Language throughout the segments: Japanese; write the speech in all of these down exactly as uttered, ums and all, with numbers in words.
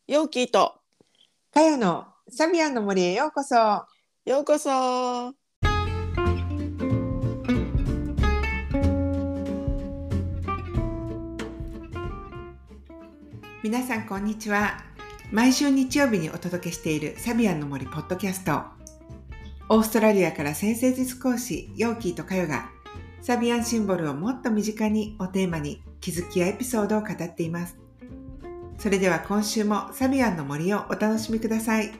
ヨーキーとかよのサビアンの森へようこそ。 ようこそ。 皆さんこんにちは。毎週日曜日にお届けしているサビアンの森ポッドキャスト。オーストラリアから先生術講師ヨーキーとかよがサビアンシンボルをもっと身近にをテーマに気づきやエピソードを語っています。それでは今週もサビアンの森をお楽しみください。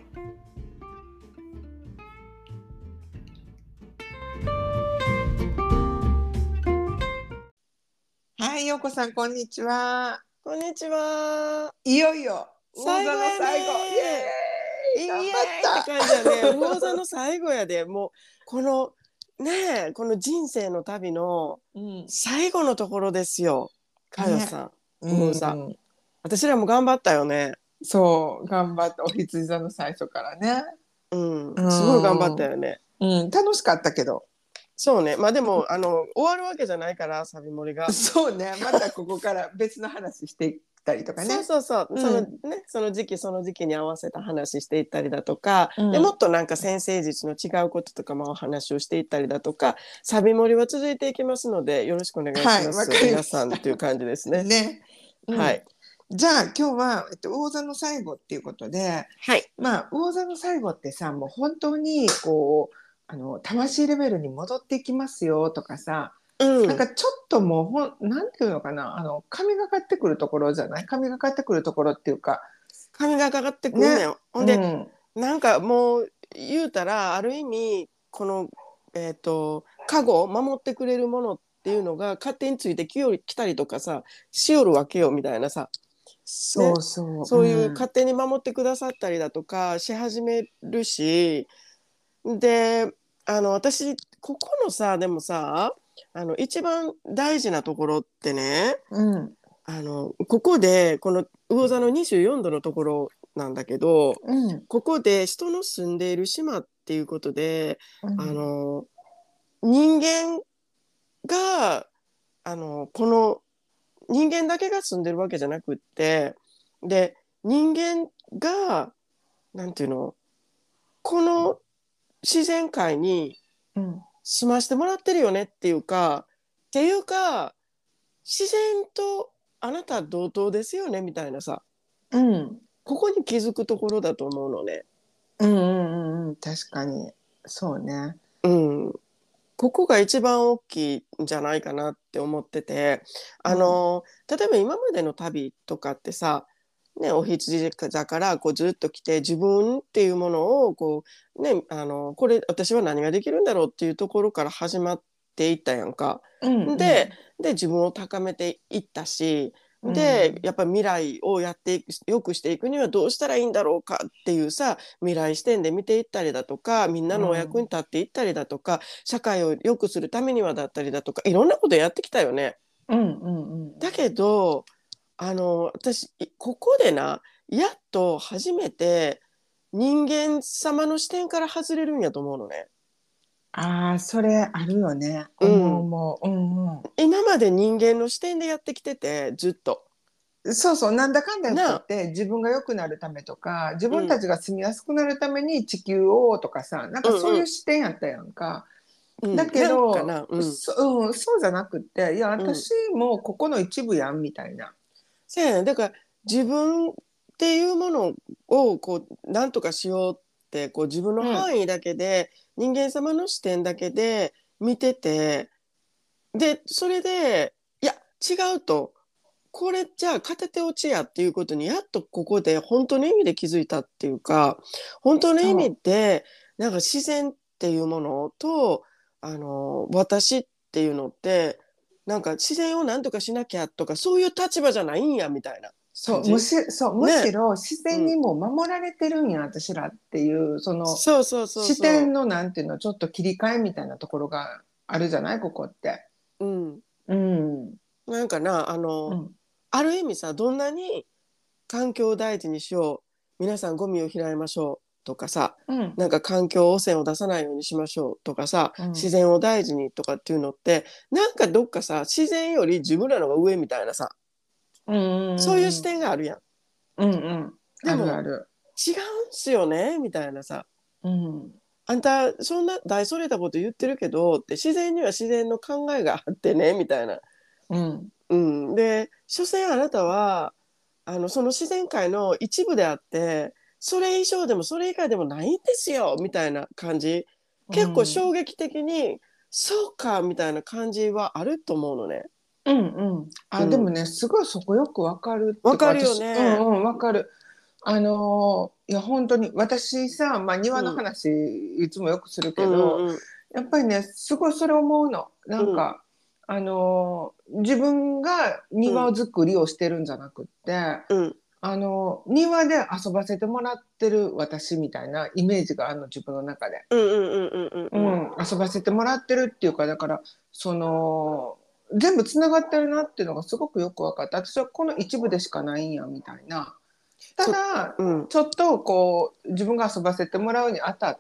はい、ようこさんこんにちは。 こんにちは。 いよいよ魚座の最後や最後、 ね。 イエーイ、 イエーイ頑張ったって感じだね。魚座の最後やで、もうこのねえ、この人生の旅の最後のところですよ。かよさん、 ね、 魚座。 うん、 私らも頑張ったよね。 そう頑張ったお羊座の最初からね。 うん、 うすごい頑張っん、 たよね。 うん、楽しかったけど。 そうね、まあでもあの終わるわけじゃないから、サビモリが。 そうね、またここから別の話していったりとかそうね。 そうそう、そのうんね、その時期その時期に合わせた話していったりだとか、 うんでもっとなんか先生術の違うこととかもお話をしていったりだとか、サビ盛りは続いていきますのでよろしくお願いはい、 します、 わかりま皆さんした。 っていう感じですね。 ね。うん。 はい。 じゃあ今日は、えっと、魚座の最後っていうことで、 はい。 まあ魚座の最後ってさ、もう本当にこうあの魂レベルに戻っていきますよとかさ、 うん。 なんかちょっともうほんなんていうのかな、あの神がかってくるところじゃない、神がかってくるところっていうか髪がかかってくんねね。 ん。ほんで、 うん。 なんかもう言うたらある意味このえっ、と加護を守ってくれるものっていうのが勝手についてきより来たりとかさ、しよるわけよみたいなさ。ね、 そうそう。 そういううん。 勝手に守ってくださったりだとかし始めるし、で、あの私ここのさ、でもさ、あの一番大事なところってね、 うん。 あのここでこの魚座のにじゅうよんどのところなんだけど、 うん。 ここで人の住んでいる島っていうことで、あうん。 の人間があのこの人間だけが住んでるわけじゃなくって、で人間がなんていうの、この自然界にうん。 住ましてもらってるよねっていうか、っていうか自然とあなた同等ですよねみたいなさ、 うん。 ここに気づくところだと思うのね。 うんうんうん、確かにそうね。 うん、ここが一番大きいんじゃないかなって思ってて、あうん。 の例えば今までの旅とかってさ、ね、お羊座からこうずっと来て自分っていうものをこう、ね、あのこれ私は何ができるんだろうっていうところから始まっていったやんか。 うんうで、 んで自分を高めていったし、 うでんやっぱり未来をやっていく、良くしていくにはどうしたらいいんだろうかっていうさ、未来視点で見ていったりだとか、みんなのお役に立っていったりだとか、社会を良くするためにはだったりだとか、いろんなことやってきたよね。 うんうんうんだけどあの私ここでな、やっと初めて人間様の視点から外れるんやと思うのね。 ああー、それあるよね。 う思うん、 思う。うん今まで人間の視点でやってきててずっとうん。そうそう、なんだかんだ言ったなあ、 って自分が良くなるためとか自分たうんちが住みやすくなるために地球をとかさ、なんかそういううんうん視点やったやんか。だけうんなんかどな、うんそ、うん、そうじゃなくって、いやうん私もここの一部やんみたいな。 せやねん。だから自分っていうものをこうなんとかしようって、こう自分のうん範囲だけで人間様の視点だけで見てて、でそれでいや違うと、これじゃあ片手落ちやっていうことにやっとここで本当の意味で気づいたっていうか、本当の意そ味でなんか自然っていうものとあの私っていうのってなんか自然を何とかしなきゃとかそういう立場じゃないんやみたいなそう、む感じし、そう、むしね。 ろ自然にうん、 も守られてるんや、私らっていう、そのそうそうそう視点そのなんていうの、ちょっと切り替えみたいなところがあるじゃない、ここって。 う、うん、 うん、 なんかな、あのうん、 ある意味さ、どんなに環境を大事にしよう、皆さんゴミを拾いましょうとかさ、 うん、 なんか環境汚染を出さないようにしましょうとかさ、 うん、 自然を大事にとかっていうのってなんかどっかさ、自然より自分らのが上みたいなさ、 うん、うん、 そういう視点があるやん。 うん、うん、 でもあるある。 違うんすよねみたいなさ、 うん。 あんたそんな大それたこと言ってるけどって自然には自然の考えがあってねみたいな。 うん。 うん、で所詮あなたはあのその自然界の一部であってそれ以上でもそれ以下でもないんですよみたいな感じ、 う結構ん。 衝撃的にそうかみたいな感じはあると思うのね。 うんうん。あ、でうん、 もね、すごいそこよくわかるっていうか、 わかるよ私、うんね。 うん、わかる。あのーいや、本当に、私さ、まあ、庭のうん、 話、いつもよくするうんけど、 うんやっぱりね、すごいそれ思うの。なうんんか、あのー自分が庭作りをしてるんじゃなくって、 うんあのー庭で遊ばせてもらってる私みたいなイメージがあるの、自分の中で。 うんうんうんうんうんうんうん、遊ばせてもらってるっていうか、だから、その、全部つながってるなっていうのがすごくよく分かった。私はこの一部でしかないんや、みたいな。たそだ、 うんちょっとこう、自分が遊ばせてもらうにあたって、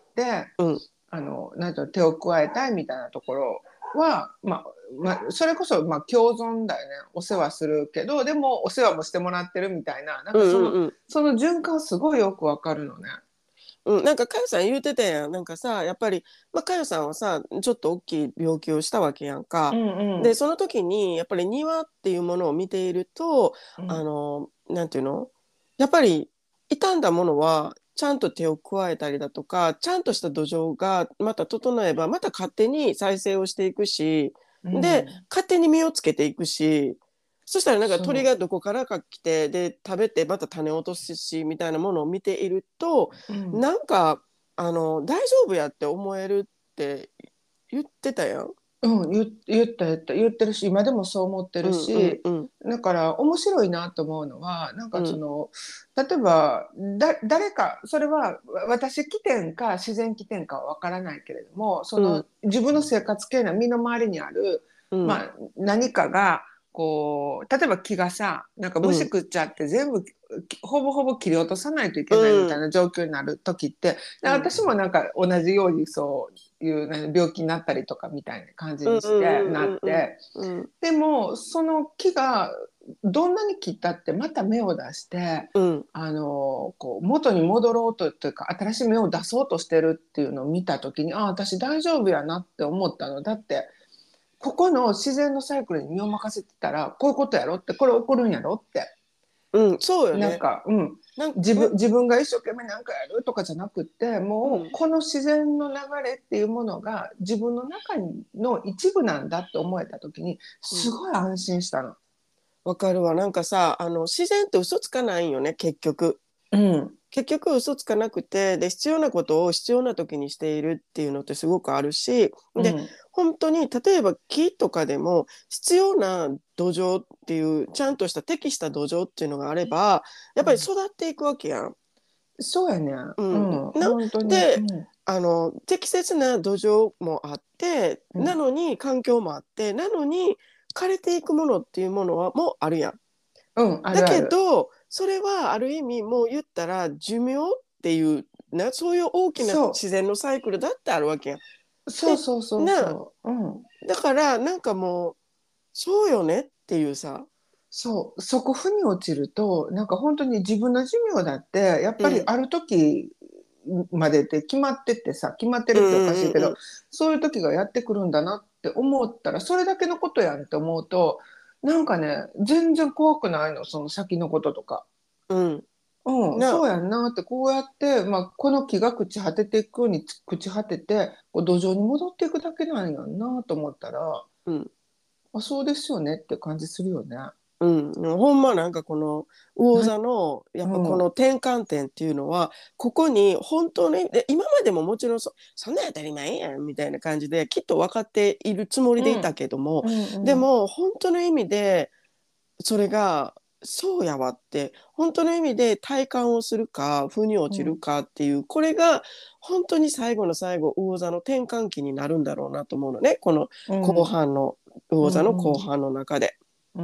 うんあの、なんていうの、手を加えたいみたいなところは、まあ、まあ、それこそ、まあ、共存だよね。お世話するけど、でも、お世話もしてもらってるみたいな、なんうかその、 んうんうんその循環すごいよくわかるのね。 うん、なんかかよさん言うてたやん。なんかさやっぱり、まあ、かよさんはさちょっと大きい病気をしたわけやんうか。 んうん。 でその時にやっぱり庭っていうものを見ているとあうん。 のなんていうの、やっぱり傷んだものはちゃんと手を加えたりだとかちゃんとした土壌がまた整えばまた勝手に再生をしていくし、 うでん。 勝手に実をつけていくし、そしたらなんか鳥そがどこからか来てで食べてまた種を落とすしみたいなものを見ていると、 う。うん。 なんかあの大丈夫やって思えるって言ってたやん。 うん、言、言った言った言ってるし、今でもそう思ってるうんうんし、 うんだから面白いなと思うのは、なんうんかその、例えば、だ、誰か、それはわ私起点か自然起点かはわからないけれども、そのうん自分の生活系な身の回りにある、 うんまあ何かが、こう、例えば木がさ、なんか虫うん食っちゃって全部、きほぼほぼ切り落とさないといけないみたいうんな状況になる時って、でうん私もなんか同じようにそういうね病気になったりとかみたいな感じうんにしてなうんうんって、 うんでもその木がどんなに切ったってまた芽を出して、 うんあのこう元に戻ろうとというか新しい芽を出そうとしてるっていうのを見た時に、ああ私大丈夫やなって思ったの。だってここの自然のサイクルに身を任せてたらこういうことやろって、これ起こるんやろって、 うん、そうよなんね。 か、うん、 なんな自分自分が一生懸命なんかやるとかじゃなくって、もううんこの自然の流れっていうものが自分の中の一部なんだって思えた時にすうんごい安心したの。 わかるわ。なんかさあの自然って嘘つかないんよね結局。 うん、 結局嘘つかなくてで必要なことを必要な時にしているっていうのってすごくあるし、でうん、 本当に例えば木とかでも必要な土壌っていうちゃんとした適した土壌っていうのがあればやっぱりうん、 育っていくわけやん。 そうやね。 ううん、 ん、 な本当に。うでん、 あの適切な土壌もあってうん、 なのに環境もあってなのに枯れていくものっていうものはもうあるやん。 うん、あだるある。 けどそれはある意味もう言ったら寿命っていうなそういう大きなそ自然のサイクルだってあるわけやん。 う、そうでそうそうなそう。うん。 だからなんかもうそうよねっていうさ。 そう、そこ負に落ちると、なんか本当に自分の寿命だって、やっうんぱりある時までって決まっててさ、決まってうんるっておかしいけど、 うんそういう時がやってくるんだなって思ったら、それだけのことやんって思うと、なんかね、全然怖くないの、その先のこととか。 うんうん、 なそうやんなって、こうやって、まあ、この木が朽ち果てていくように朽ち果てて、こう土壌に戻っていくだけなんやんなと思ったら、 うんあ、そうですよねって感じするよね。 うん、ほんまなんかこの魚な、 座のやっぱこうん、 の転換点っていうのはここに本当にで今までももちろんそそんな当たり前やんみたいな感じできっと分かっているつもりでいたうん、 けども、 うん、うん、 でも本当の意味でそれがそうやわって本当の意味で体感をするか腑に落ちるうん、 かっていうこれが本当に最後の最後魚座の転換期になるんだろうなと思うのね、このうん、 後半のう魚座の後ん、 半の中で。 うん。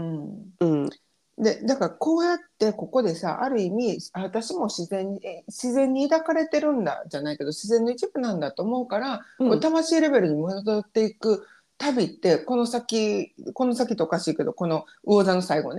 うん、 で、だからこうやってここでさ、ある意味、あ私も自然に、え自然に抱かれてるんだじゃないけど、自然の一部なんだと思うから、こううん、 魂レベルに戻っていく旅って、この先、この先っておかしいけど、この魚座の最後ね、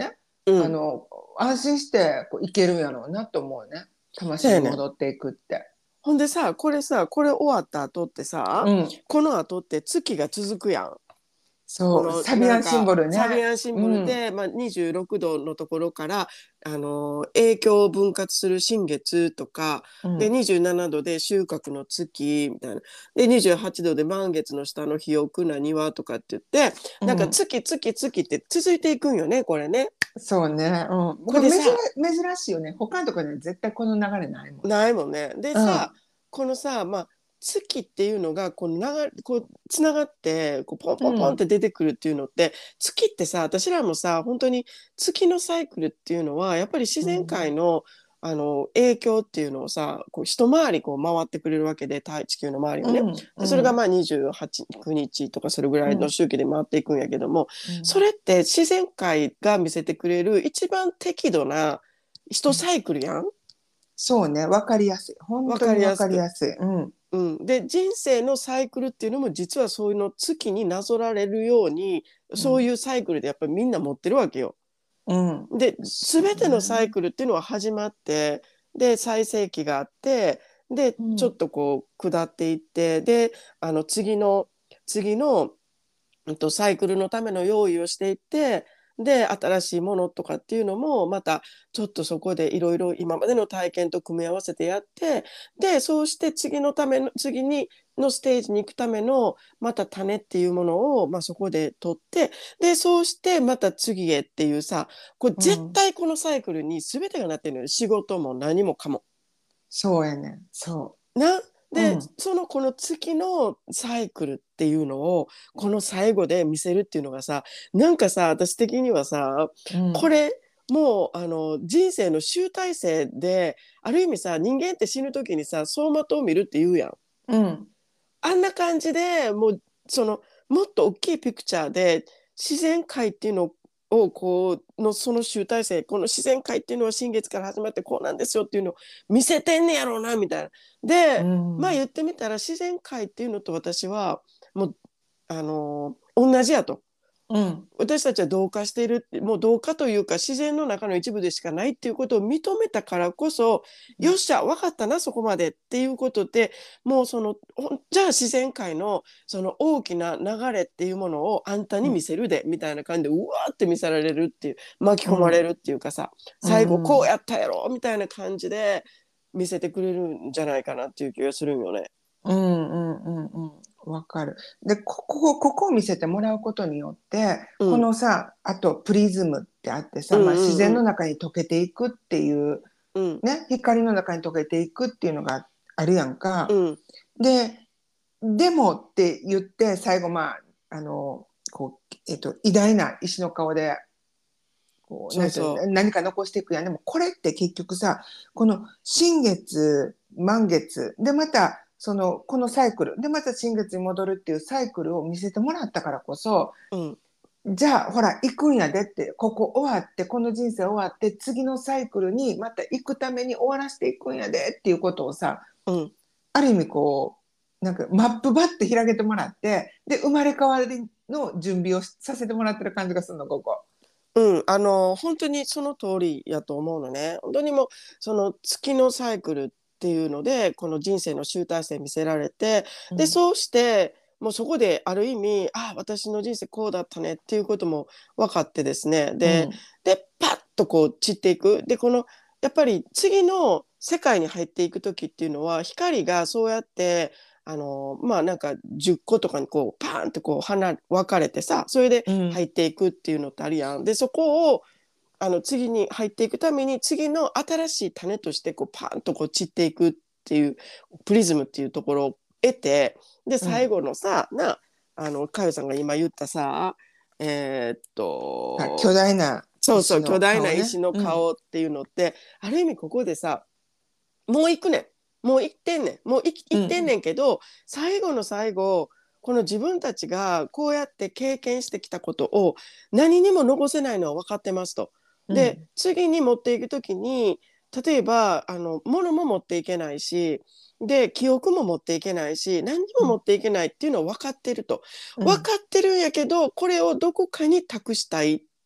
うん。 あの安心してこういけるんやろうなと思うね。魂にそうやねん。 戻っていくって。 ほんでさ、これさ、これ終わった後ってさ、 うん。 この後って月が続くやん。こそう、 のサビアンシンなんかボルね。 サビアンシンうん。 ボルで、まあ、にじゅうろくどのところから、あの影響を分割する新月とかでうん。 にじゅうななどで収穫の月みたいなでにじゅうはちどで満月の下の肥沃な庭とかって言ってなんかうん。 月月月って続いていくんよねこれね。 そうね。うん。これ珍、 これでさ珍しいよね。他のところには絶対この流れないもんね。 ないもんね。でさ、 うん。 このさ、まあ、月っていうのがこの流れこうつながってこうポンポンポンっうん。 て出てくるっていうのって月ってさ私らもさ本当に月のサイクルっていうのはやっぱり自然うん。 界の、あの影響っていうのをさこう一回りこう回ってくれるわけで大地球の周りをね。 うん。 でうん。 それがまあにじゅうはち、くにちとかそれぐらいのうん。 周期で回っていくんやけどもうん。 それって自然界が見せてくれる一番適度な一サイクルやん。 そうね。わかりやすい。本わか当にわりやすく。 かりやすい。うん。 うん、で人生のサイクルっていうのも実はそういうの月になぞられるようにうん。 そういうサイクルでやっぱりみんな持ってるわけよ。 うん。 でそう全てのサイね。 クルっていうのは始まってで最盛期があってでうん。 ちょっとこう下っていってであの次の次のとサイクルのための用意をしていってで新しいものとかっていうのもまたちょっとそこでいろいろ今までの体験と組み合わせてやってでそうして次のための次にのステージに行くためのまた種っていうものを、まあ、そこで取ってでそうしてまた次へっていうさこう絶うん。 対このサイクルに全てがなってるのよ仕事も何もかも。 そうやね。そなう。うでん。 そのこの月のサイクルっていうのをこの最後で見せるっていうのがさなんかさ私的にはさうん。 これもうあの人生の集大成である意味さ人間って死ぬ時にさ走馬灯を見るって言うやん。 うん。 あんな感じでもうそのもっと大きいピクチャーで自然界っていうのをこうのその集大成この自然界っていうのは新月から始まってこうなんですよっていうのを見せてんねやろうなみたいな。 うでまあん。 言ってみたら自然界っていうのと私はもうあの同じやと。 うん。 私たちは同化しているもう同化というか自然の中の一部でしかないっていうことを認めたからこそよっしゃ分かったなそこまでっていうことでもうそのじゃあ自然界のその大きな流れっていうものをあんたに見せるでみたいな感じでうわーって見せられるっていう巻き込まれるっていうかさう最後こうん。 やったやろみたいな感じで見せてくれるんじゃないかなっていう気がするんよね。 うんうんうんうん。わかる。で、ここ、ここを見せてもらうことによって、こうんのさ、あとプリズムってあってさ、 うんまあ自然のうん中に溶けていくっていう、 うんね、光の中に溶けていくっていうのがあるやんか。 うんで、でもって言って、最後まあ、あの、こう、えっと、偉大な石の顔で、こうなんていうそうその何か残していくやん。でもこれって結局さ、この新月、満月、でまた、その、このサイクル、でまた新月に戻るっていうサイクルを見せてもらったからこそ、 ううんじゃあほら、行くんやでって、ここ終わって、この人生終わって、次のサイクルにまた行くために終わらせていくんやでっていうことをさ、 うんある意味こう、なんかマップバッて開けてもらって、で、生まれ変わりの準備をさせてもらってる感じがするの、ここ。 うん、あの本当にその通りやと思うのね。本当にもうその月のサイクルっていうのでこの人生の集大成見せられてうん。 でそうしてもうそこである意味あ私の人生こうだったねっていうことも分かってですねでうん。 でパッとこう散っていくでこのやっぱり次の世界に入っていく時っていうのは光がそうやってあのまあなんかじゅっことかにこうパーンってこう離分かれてさそれでうん。 入っていくっていうのってあるやん。でそこをあの次に入っていくために次の新しい種としてこうパーンとこう散っていくっていうプリズムっていうところを得てでうん。 最後のさなあのかよさんが今言ったさえーっあ、巨と大なそうそう巨石の大な顔ね。 石のうん。 顔っていうのってある意味ここでさもう行くねん。もう行ってんねん。もう行うん。 ってんねんけど、最後の最後、この自分たちがこうやって経験してきたことを何にも残せないのは分かってますと。で、 うん。 次に持っていくときに、例えば、あの、物も持っていけないし、で、記憶も持っていけないし、何にうん。 も持っていけないっていうのは分かってると。分かうん。 ってるんやけど、これをどこかに託したいっ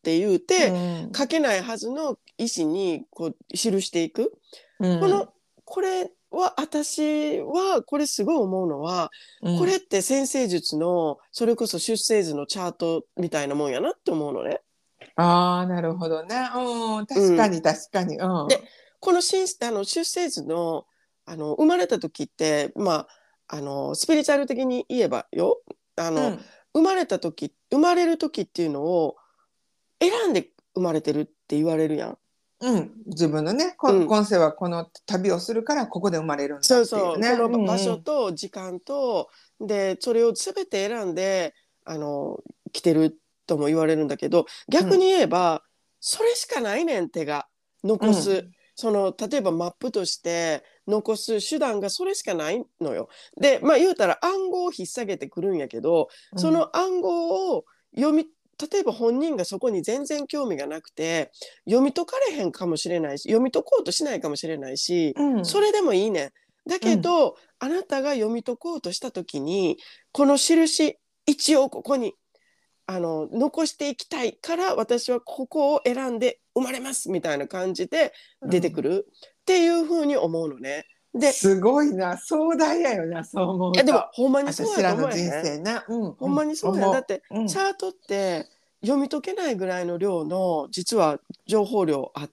って言うて、 うん書けないはずの石にこう記していく、 うん、 このこれは私はこれすごい思うのは、 うん、 これって占星術のそれこそ出生図のチャートみたいなもんやなって思うのね。 ああ、なるほどね。うん、確うん、 かに確かに。うん。 でこのしあの出生図の、あの生まれた時って、まあ、あのスピリチュアル的に言えばよ、あのうん。 生まれた時生まれる時っていうのを選んで生まれてるって言われるやん。 うん。自分のね、こうん、 今世はこの旅をするからここで生まれるんだそうっていうね。 そう、このうん場所うん。 と時間と、でそれを全て選んであの来てるとも言われるんだけど、逆にうん言えばそれしかないねん、手がう残す。 んその例えばマップとして残す手段がそれしかないのよ。でまあ言うたら暗号を引っ提げてくるんやけど、そうんの暗号を読み例えば本人がそこに全然興味がなくて読み解かれへんかもしれないし、読み解こうとしないかもしれないし、 うんそれでもいいねん。だうん。 けどあなたが読み解こうとした時にこの印一応ここにあの残していきたいから私はここを選んで生まれますみたいな感じでうん。 出てくるっていうふうに思うのね。で、 すごいな、壮大やよな、そう思うと。 いやでもほんまにそうやと私らの思えへん？ 人生な。うんほんまうん。 にそうやん。だって思う。うん。 チャートって読み解けないぐらいの量の実は情報量あって、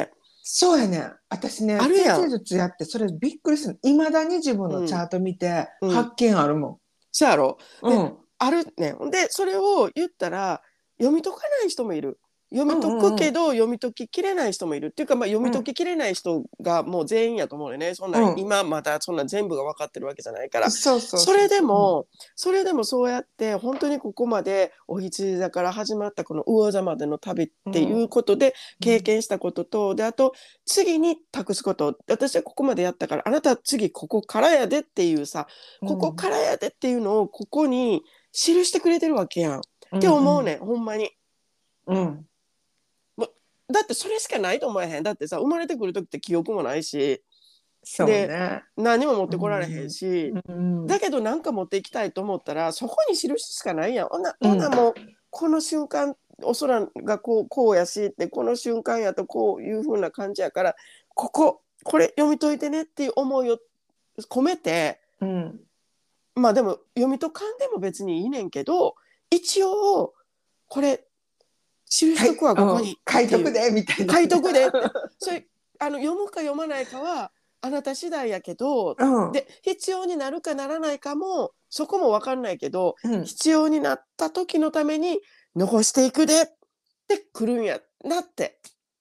そうやねん。私ね、先生あるやん。 術やってそれびっくりする。いまだに自分のチャうんート見てうん。 発見あるもそうやろ。 ん。うで、 ん。 あるねん。で、それを言ったら、読み解かない人もいる。読うんみ解くうんうん。 けど、読み解ききれない人もいる。っていうか、まあ、読み解うんききれない人がもう全員やと思うよね。そんな、 うん。 今まだそんな全部が分かってるわけじゃないから。 そうそうそれでそうそう。うん。 も、それでもそうやって、本当にここまでお羊座から始まったこの魚座までの旅っていうことで経験したことと、で、あと、次に託すこと。私はここまでやったから、あなたは次ここからやでっていうさ、ここうんからやでっていうのをここに記してくれてるわけやんっうてんうん思うねん、ほんまに。 うんもうだってそれしかないと思えへん。だってさ、生まれてくる時って記憶もないし、 そうでね。 何も持っうてこられへんんし、 うんだけど何か持っていきたいと思ったらそこに印しかないやん。ほなうんほなもうこの瞬間お空がこうこうやしって、この瞬間やとこういう風な感じやから、こここれ読み解いてねっていう思いを込めて、 うんまあでも読み解かんでも別にいいねんけど、一応これ記しはい、 とくわうん、 ここにっていう、 書いとくでみたいなね。 書いとくでって、それあの読むか読まないかはあなた次第やけど、 うんで必要になるかならないかもそこも分かんないけど、 うん必要になった時のために残していくでってくるんやなって。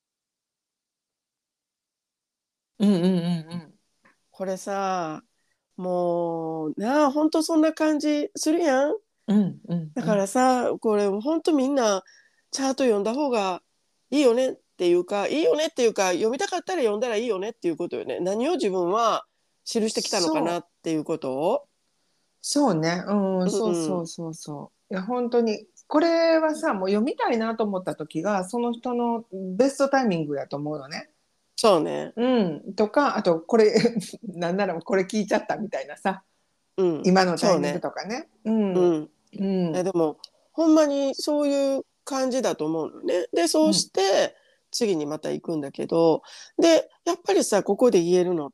うんうんうんこれさ、もうなあ本当そんな感じするやん。 うんうんだかうんらさ、これ本当みんなチャート読んだ方がいいよねっていうか、いいよねっていうか、読みたかったら読んだらいいよねっていうことよね。何を自分は記してきたのかなそうっていうことを。 そうね、うん、そううんうん。 そうそうそう。いや本当にこれはさ、もう読みたいなと思った時がその人のベストタイミングやと思うのね。 そうね。 うん、とかあとこれなんならこれ聞いちゃったみたいなさ、 うん。 今のタイミングそうね。 とかね。うんうん。 うんえでも、ほんまにそういう感じだと思うのね。で、そうしうんて、次にまた行くんだけど、で、やっぱりさ、ここで言えるのって、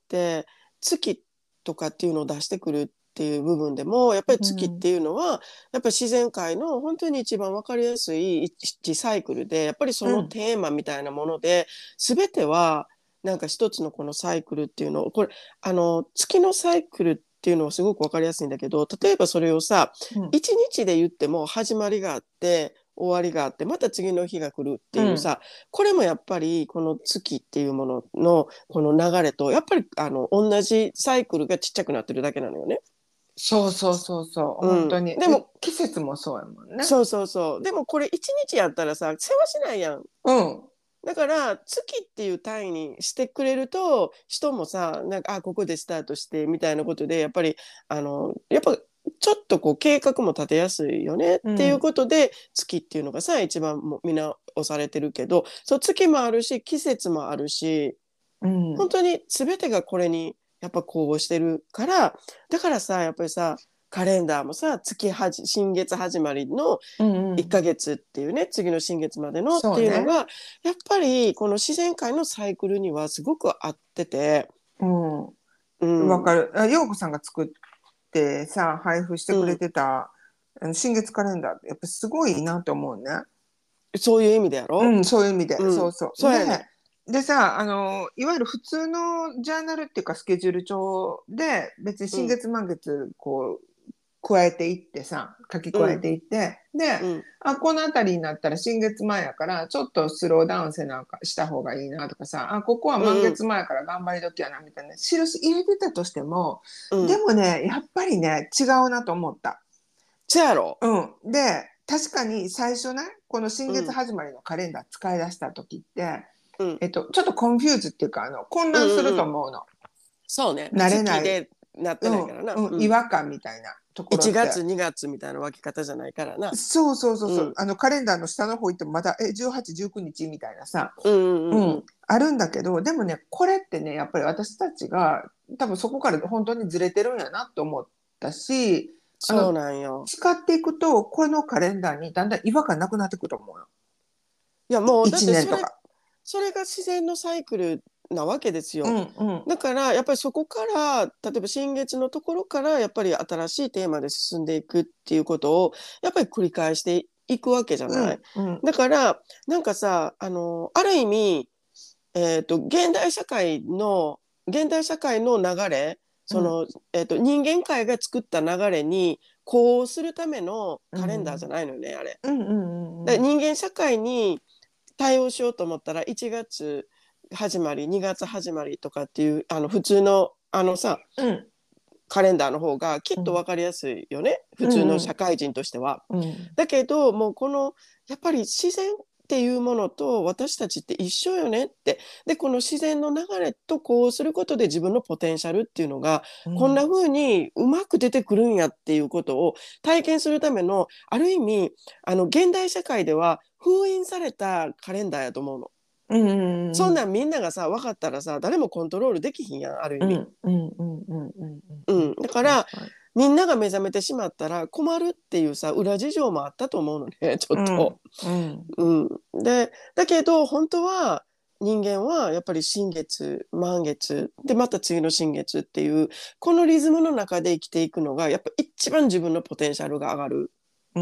月とかっていうのを出してくるっていう部分でも、やっぱり月っていうのは、やっぱり自然界の本当に一番わかりやすい一サイクルで、やっぱりそのうんテーマみたいなもので、全ては、なんか一つのこのサイクルっていうのを、これ、あの、月のサイクルっていうのはすごくわかりやすいんだけど、例えばそれをさ、 うん一日で言っても始まりがあって終わりがあってまた次の日が来るっていううんさ、これもやっぱりこの月っていうもののこの流れとやっぱりあの同じサイクルがちっちゃくなってるだけなのよね。 そうそうそうそううん、 本当に。ででも季節もそうやもんね。 そうそうそうでもこれ一日やったらさ世話しないやん。 うんだから月っていう単位にしてくれると人もさなんかあここでスタートしてみたいなことでやっぱりあのやっぱちょっとこう計画も立てやすいよねっていううんことで月っていうのがさ一番も見直されてるけど、そう月もあるし季節もあるしうん本当に全てがこれにやっぱ呼応してるから、だからさやっぱりさカレンダーもさ、月はじ新月始まりのうんういっかん。 げつっていうね、次の新月までのっそうね。 ていうのがやっぱりこの自然界のサイクルにはすごく合ってて、 うん。 うん、 わかる。あ、陽子さんが作ってさ、配布してくれうん、 てたあの新月カレンダーってやっぱすごいなと思うね。 そういう意味でやろ。 うん、そういう意味で。 うん、 そうそう。で、 そうやね。 でさ、あの、いわゆる普通のジャーナルっていうかスケジュール帳で別にうん、 新月満月こう加えていってさ、書き加えうん、 ていって、で、 うん、 あ、この辺りになったら新月前やからちょっとスローダウンせなした方がいいなとかさ、あ、ここは満うん、うん、 月前から頑張り時やなみたいな印入れてたとしても、 うん、 でもね、やっぱりね、違うなと思った。 そうやろ。 うん。で、確かに最初ね、この新月うん、 始まりのカレンダー使い出した時って、 うん、 えっと、ちょっとコンフューズっていうか、あの、混うん、 乱するうん、うん。 と思うの。 そうね。 慣れない、 月でなってうん、 ないからな。 うん、 うん。 違和感みたいなところ 1 って。 月、にがつみたいな分け方じゃないからな。 そうそうそうそう。 うん。 あの、カレンダーの下の方行ってもまだ、え、じゅうはち、じゅうくにちみたいなさ、 うんうんうんうん。 うん、あるんだけど、でもね、これってね、やっぱり私たちが多分そこから本当にずれてるんやなと思ったし、あそうの、 なんよ。 使っていくと、このカレンダーにだんだん違和感なくなってくると思うよ。 いやもうだっ 1 てそれ、 年とか。 それが自然のサイクルなわけですよ。 うんうん。 だからやっぱりそこから例えば新月のところからやっぱり新しいテーマで進んでいくっていうことをやっぱり繰り返していくわけじゃない。 うんうん。 だからなんかさあのある意味、えーと、現代社会の現代社会の流れうん。 その、えーと、人間界が作った流れに呼応するためのうカレンダーじゃんないのよねあれ。 うんうんうん。 だから人間社会に対応しようと思ったらいちがつ始まりにがつ始まりとかっていうあの普通のあのさうんカレンダーの方がきっとうん分かりやすいよね普通のうん社会人としては。 うん。 だけどもうこのやっぱり自然っていうものと私たちって一緒よねって。でこの自然の流れとこうすることで自分のポテンシャルっていうのがこんな風にうまく出てくるんやっていうことを体験するためのある意味あの現代社会では封印されたカレンダーやと思うの。 うんうんうんそんなんみんながさ分かったらさ誰もコントロールできひんやんある意味。 うんうんうんうんうんううん。 ん、だからみんなが目覚めてしまったら困るっていうさ裏事情もあったと思うのねちょっと。 うんうんうん、でだけど本当は人間はやっぱり新月満月でまた次の新月っていうこのリズムの中で生きていくのがやっぱ一番自分のポテンシャルが上がる。 うん。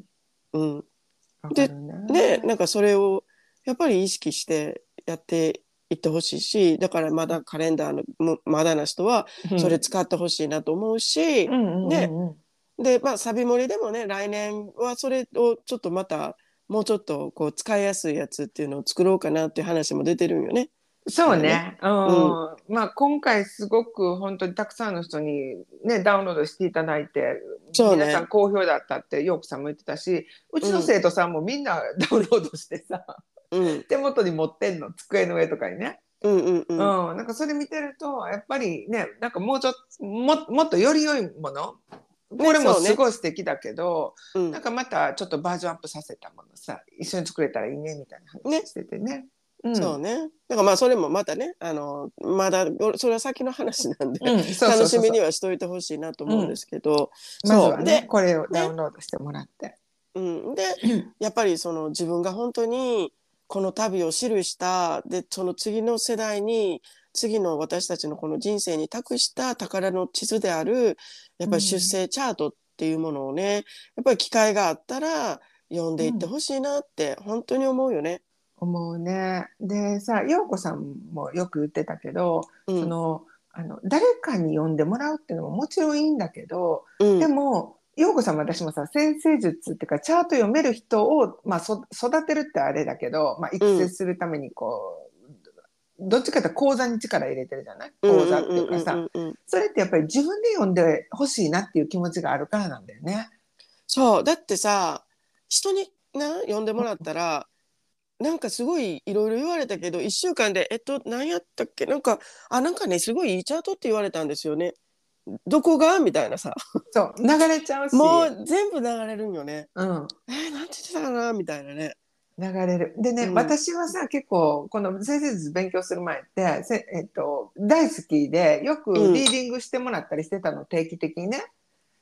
うん、でわかるね。 ねなんかそれをやっぱり意識してやっていってほしいしだからまだカレンダーのまだな人はそれうん使ってほしいなと思ううし、ね、 んうんうんでまあサビ盛りでもね来年はそれをちょっとまたもうちょっとこう使いやすいやつっていうのを作ろうかなっていう話も出てるんよね。まだね。 そうね。うん。 うん。 まあ今回すごく本当にたくさんの人にね、ダウンロードしていただいて、皆さんそうね。 好評だったってヨークさんも言ってたし、うちのうん。 生徒さんもみんなダウンロードしてさ、 うん。 手元に持ってんの、机の上とかにね。 うんうんうん。 うん。なんかそれ見てると、やっぱりね、なんかもうちょっと、も、もっとより良いもの、こね、 れもそうね。 すごい素敵だけど、 うん。 なんかまたちょっとバージョンアップさせたものさ、一緒に作れたらいいねみたいな話ね。 しててね。うん。 そうね。だからまあそれもまたね、あの、まだそれは先の話なんでうん、そうそ楽うそうそしみにはしといてほしいなとう。うん。 思うんですけど、 まずそう。 はね、 で、 これをダウね、 ンロードしてもらって。 うん。で、やっぱりその自分が本当にこの旅を記したでその次の世代に次の私たちのこの人生に託した宝の地図であるやっぱり出うん。 生チャートっていうものをねやっぱり機会があったら読んでいってうん。 ほしいなって本当に思うよね。 思うね。でさ、陽子さんもよく言ってたけど、 うん、 その、あの、誰かに読んでもらうっていうのももちろんいいんだけど、でうん、 も、陽子さんも私もさ、先生術っていうか、チャート読める人を、まあ、そ育てるってあれだけど、まあ、育成うん、 するためにこう、どっちかというと講座に力入れてるじゃない、 うん、 講座っうん、うん、うん、うていうかさ。 ん、うん。 それってやっぱり自分で読んでほしいなっていう気持ちがあるからなんだよね。 そうだってさ人にな読んでもらったらなんかすごいいろいろ言われたけどいっしゅうかんでえっと何やったっけなんかあなんかねすごいいいチャートって言われたんですよね。どこがみたいなさそう、流れちゃうもし、 う全部流れるんよね。 うん。 えー、なんて言ってたかなみたいなね。 流れる。でね、 うん、 私はさ、結構、この先生術勉強する前って、せえっと、大好きで、よくうん、 リーディングしてもらったりしてたの、定期的にね。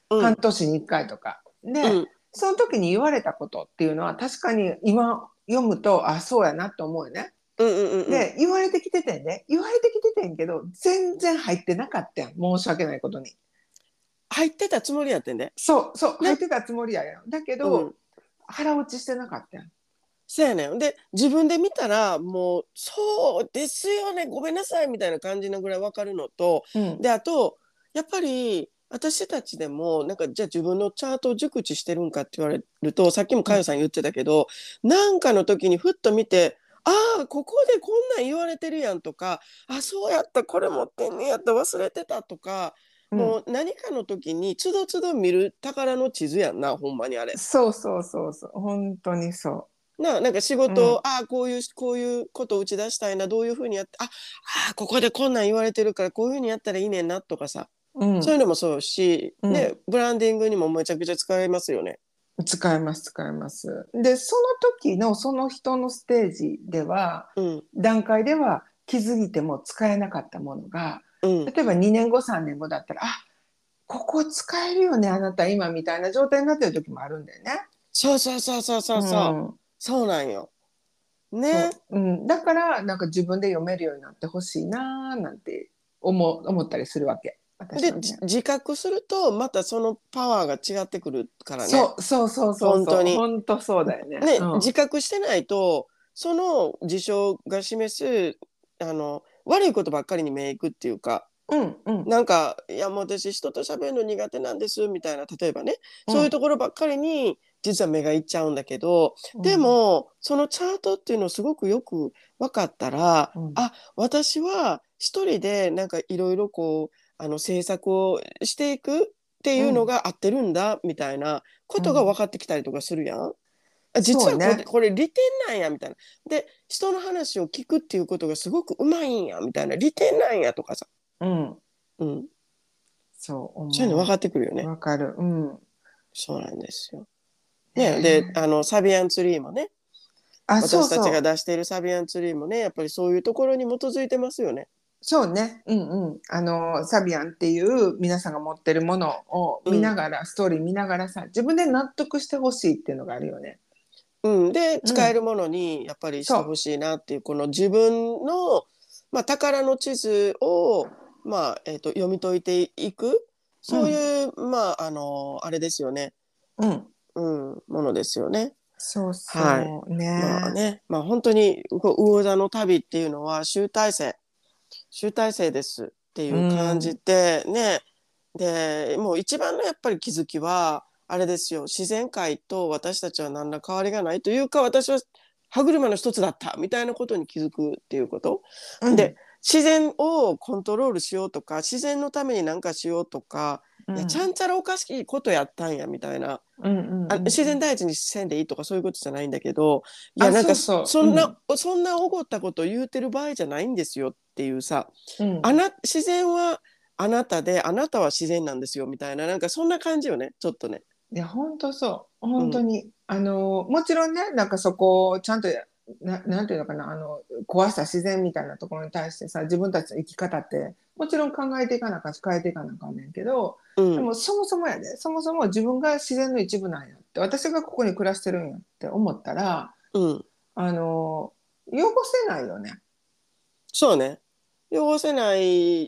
うん半年にいっかいとかで、 うんその時に言われたことっていうのは確かに今読むとあそうやなと思うよね。 うんうんうんうん。 で言われてきててんね言われてきててんけど全然入ってなかったやん申し訳ないことに。 入ってたつもりやってんで。 そうそう入っね。 てたつもりやよだけどうん。 腹落ちしてなかったやん。 そうやねん。で、自分で見たら、もう、そうですよね、ごめんなさいみたいな感じのぐらいわかるのと、 うんで、あと、やっぱり、私たちでも、なんか、じゃあ自分のチャートを熟知してるんかって言われると、さっきもうんかよさん言ってたけど、なんかの時にふっと見て、ああ、ここでこんなん言われてるやんとか、あ、そうやった、これ持ってんねやった、忘れてたとか、 うんもう何かの時に、つどつど見る宝の地図やんな、ほんまにあれ。 そうそうそうそう本当にそな、なんか仕う。うん事、ああ、こういう、こういうことを打ち出したいな、どういうふうにやって、ああ、ここでこんなん言われてるから、こういうふうにやったらいいねんなとかさ、 うんそういうのもそうし、ね、 うんブランディングにもめちゃくちゃ使えますよね。 使えます使えます。でその時のその人のステージではうん、 段階では気づいても使えなかったものがうん。 例えばにねんごさんねんごだったらあここ使えるよねあなた今みたいな状態になってる時もあるんだよね。 そうそうそうそうそううそう。 んそうなんよ。ね。 そう、うん、だからなんか自分で読めるようになってほしいなーなんて思思ったりするわけ私で、じはね。 自覚すると、またそのパワーが違ってくるからね。 そうそうそうそうそう本当に。 本当そうだよね。うね、 ん自覚してないと、その事象が示す、あの、悪いことばっかりに目いくっていうか、 うんうんなんか、いや、もう私、人と喋るの苦手なんですみたいな、例えばね、そういううんところばっかりに、実は目がいっちゃうんだけど、でうんも、そのチャートっていうのをすごくよく分かったら、 うんあ、私は一人で、なんかいろいろこう、あの、制作をしていくっていうのうんが合ってるんだ、みたいなことが分うんかってきたりとかするやん。あ、実はこれ、 そうね。 これ利点なんや、みたいな。で、人の話を聞くっていうことがすごくうまいんや、みたいな。利点なんや、とかさ。 うんうん。 そうそういうの分か思う。 ってくるよね。 わかる。うん。 そうなんですよ。ね、で、あねの、サビアンツリーもね、 あ、そう私たちがそう。 出しているサビアンツリーもね、やっぱりそういうところに基づいてますよね。 そうね。うんうん。あの、サビアンっていう皆さんが持ってるものをうん。 見ながら、ストーリー見ながらさ、自分で納得してほしいっていうのがあるよね。 うん。で、 うん。 使えるものにやっぱりしてほそしいなっていう、この自分の、まあ、宝の地図を、まあ、えっと、読み解いていく、 う。うん。 そういう、まあ、あの、あれですよね。 うん。 うん、ものですよね。 そうはい。 そうね。 まあね、まあ本当に、こう魚座の旅っていうのは集大成、集大成ですっていうう感じん。 で、ね、で、もう一番のやっぱり気づきは、あれですよ、自然界と私たちは何ら変わりがないというか、私は歯車の一つだったみたいなことに気づくっていうこと。で、 うん。 自然をコントロールしようとか、自然のために何かしようとか、いや、ちゃうん。 んちゃらおかしいことやったんやみたいな。 うん。うん。 あ、 うん。 自うん。 然第一にせんでいいとかそういうことじゃないんだけど、いや、 あ、 なんかそうそう。 そんな、 うん。 そんなおごったこと言うてる場合じゃないんですよっていうさ、 うん。 あな、自然はあなたで、あなたは自然なんですよみたいな、なんかそんな感じよね、ちょっとね。 いや、本当そう。 うん、 本当に。あの、もちろんね、なんかそこをちゃんと、な、なんていうのかな、あの、壊した自然みたいなところに対してさ、自分たちの生き方って、もちろん考えていかなあかんし、変えていかなあかんねんけど、 うん、 でもそもそもやで、そもそも自分が自然の一部なんやって、私がここに暮らしてるんやって思ったら、 うん。 あの、汚せないよね。 そうね。汚せない、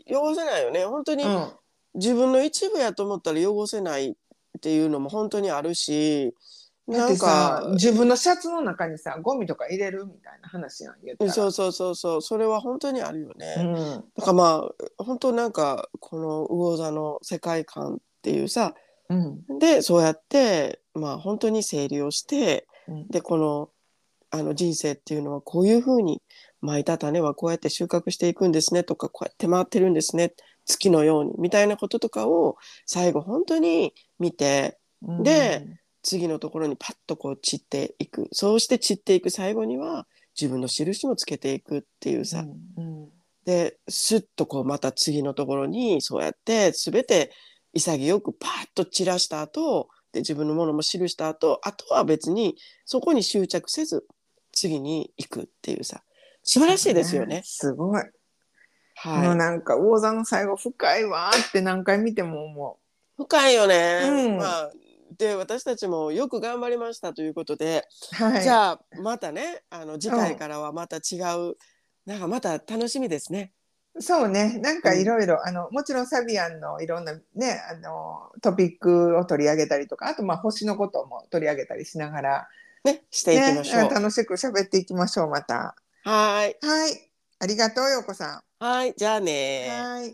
汚せないよね。本当にうん。 自分の一部やと思ったら汚せないっていうのも本当にあるし、 だっなんてさ、 か、 自分のシャツの中にさ、ゴミとか入れるみたいな話やん、言ったら。 そうそうそうそう、それは本当にあるようね。 ん。 だからまあ、本当なんか、この魚座の世界観っていうさ、 うん。 で、そうやって、まあ本当に整理をして、 うん。 で、この、あの人生っていうのはこういうふうに、蒔いた種はこうやって収穫していくんですねとか、こうやって回ってるんですね、月のように、みたいなこととかを最後本当に見て、 うで、 ん。 次のところにパッとこう散っていく。そうして散っていく最後には自分の印もつけていくっていうさ。 うん。うん。 で、スッとこうまた次のところにそうやって全て潔くパッと散らした後、で自分のものも記した後、あとは別にそこに執着せず次に行くっていうさ。素晴らしいですよそうね。 ね。 すごい。 はい。 もうなんか、魚座の最後深いわーって何回見ても思深いよね。 うんまあ、で、私たちもよく頑張りましたということで、 はい。 じゃあ、またね、あの、次うん。 回からはまた違う、なんかまた楽しみですね。 そうね。なんかいうん。 ろいろ、あの、もちろんサビアンのいろんなね、あの、トピックを取り上げたりとか、あとまあ星のことも取り上げたりしながら、 ね、していきまね、 しょ楽しく喋っていきましょう、また。 う。はーい。 はい。ありがとう、ようこさはい、じゃあん。 ねはい。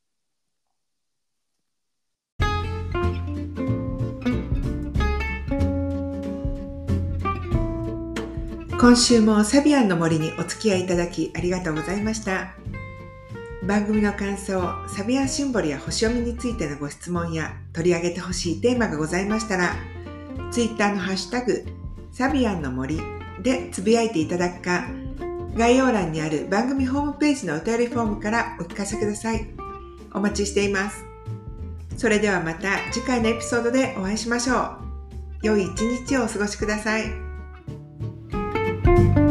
今週もサビアンの森にお付き合いいただきありがとうございました。番組の感想、サビアンシンボルや星読みについてのご質問や取り上げてほしいテーマがございましたら、ツイッターのハッシュタグ、サビアンの森でつぶやいていただくか、概要欄にある番組ホームページのお便りフォームからお聞かせください。お待ちしています。それではまた次回のエピソードでお会いしましょう。良い一日をお過ごしください。